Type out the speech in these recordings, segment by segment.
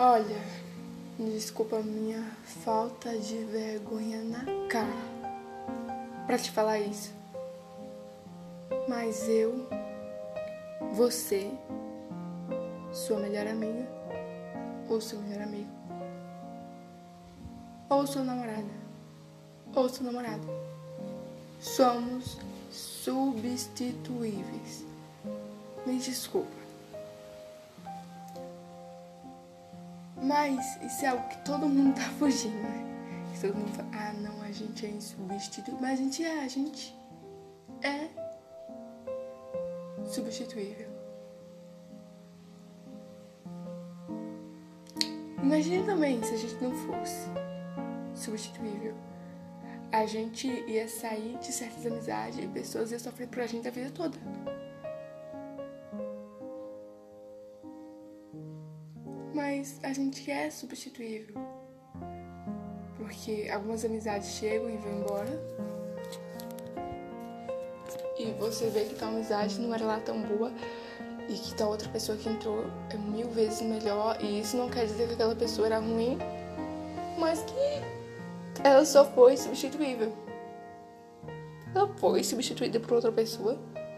Olha, desculpa a minha falta de vergonha na cara pra te falar isso. Mas eu, você, sua melhor amiga, ou seu melhor amigo, ou sua namorada, ou seu namorado, somos substituíveis. Me desculpa. Mas isso é algo que todo mundo tá fugindo, né? Que todo mundo fala, ah não, a gente é insubstituível. Mas a gente é substituível. Imagina também se a gente não fosse substituível. A gente ia sair de certas amizades e pessoas iam sofrer por a gente a vida toda. Mas a gente é substituível. Porque algumas amizades chegam e vão embora. E você vê que tal amizade não era lá tão boa. E que tal outra pessoa que entrou é 1000 vezes melhor. E isso não quer dizer que aquela pessoa era ruim. Mas que ela só foi substituível. Ela foi substituída por outra pessoa.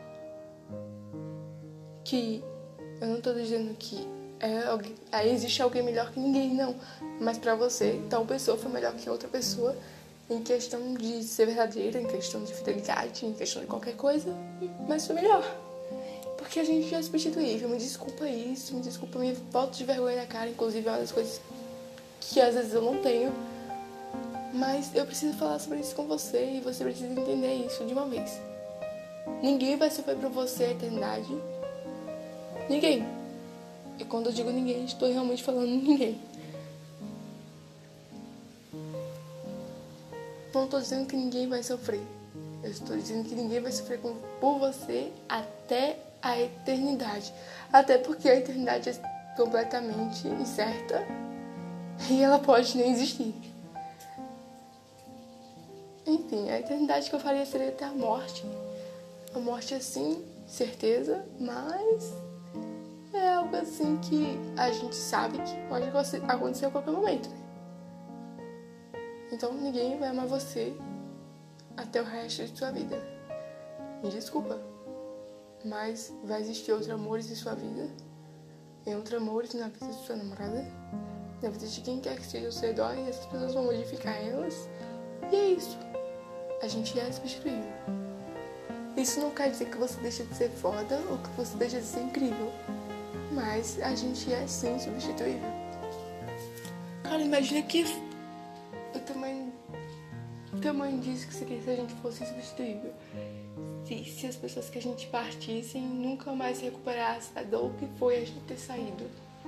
Que eu não tô dizendo que aí existe alguém melhor que ninguém, não. Mas pra você, tal pessoa foi melhor que outra pessoa em questão de ser verdadeira, em questão de fidelidade, em questão de qualquer coisa, mas foi melhor. Porque a gente é substituível. Me desculpa isso, me desculpa a minha falta de vergonha na cara, inclusive é uma das coisas que às vezes eu não tenho. Mas eu preciso falar sobre isso com você e você precisa entender isso de uma vez. Ninguém vai sofrer por você a eternidade. Ninguém. E quando eu digo ninguém, estou realmente falando ninguém. Não estou dizendo que ninguém vai sofrer. Eu estou dizendo que ninguém vai sofrer por você até a eternidade. Até porque a eternidade é completamente incerta e ela pode nem existir. Enfim, a eternidade que eu faria seria até a morte. A morte é sim, certeza, mas é algo assim que a gente sabe que pode acontecer a qualquer momento. Então ninguém vai amar você até o resto de sua vida. Me desculpa, mas vai existir outros amores em sua vida, e outros amores na vida de sua namorada, na vida de quem quer que seja ao seu redor, e essas pessoas vão modificar elas. E é isso. A gente é substituível. Isso não quer dizer que você deixa de ser foda ou que você deixa de ser incrível. Mas a gente é sim substituível. Cara, imagina que o tamanho disso que seria se a gente fosse substituível. Se as pessoas que a gente partissem nunca mais recuperassem a dor que foi a gente ter saído.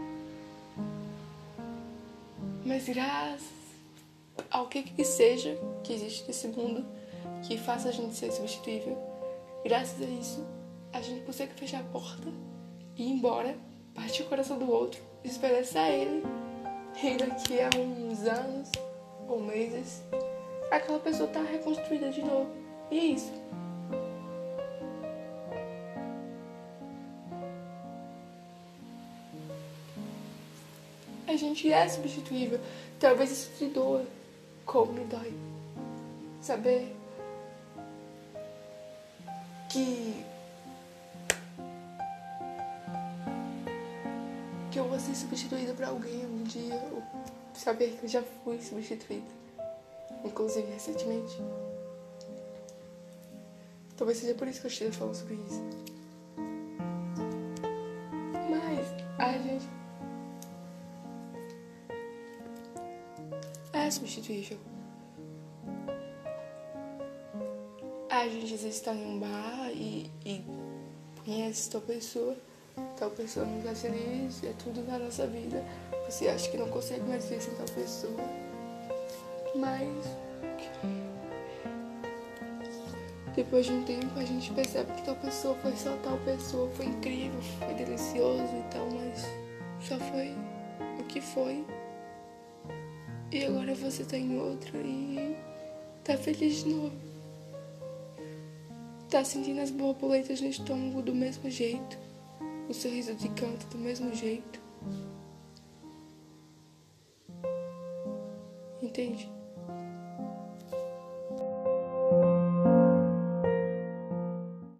Mas graças ao que seja que existe nesse mundo que faça a gente ser substituível, graças a isso, a gente consegue fechar a porta e ir embora, partir o coração do outro, despedaçar ele, e daqui a uns anos ou meses, aquela pessoa tá reconstruída de novo. E é isso. A gente é substituível. Talvez isso te doa, como me dói. Saber que eu vou ser substituída por alguém um dia, ou saber que eu já fui substituída, inclusive recentemente. Talvez seja por isso que eu esteja falando sobre isso. Mas a gente é substituível. A gente às vezes está em um bar e conhece tal pessoa não está feliz, é tudo na nossa vida. Você acha que não consegue mais ver sem tal pessoa. Mas depois de um tempo a gente percebe que tal pessoa foi só tal pessoa, foi incrível, foi delicioso e tal, mas só foi o que foi. E agora você tá em outra e tá feliz de novo. Tá sentindo as borboletas no estômago do mesmo jeito. O sorriso de canto do mesmo jeito. Entende?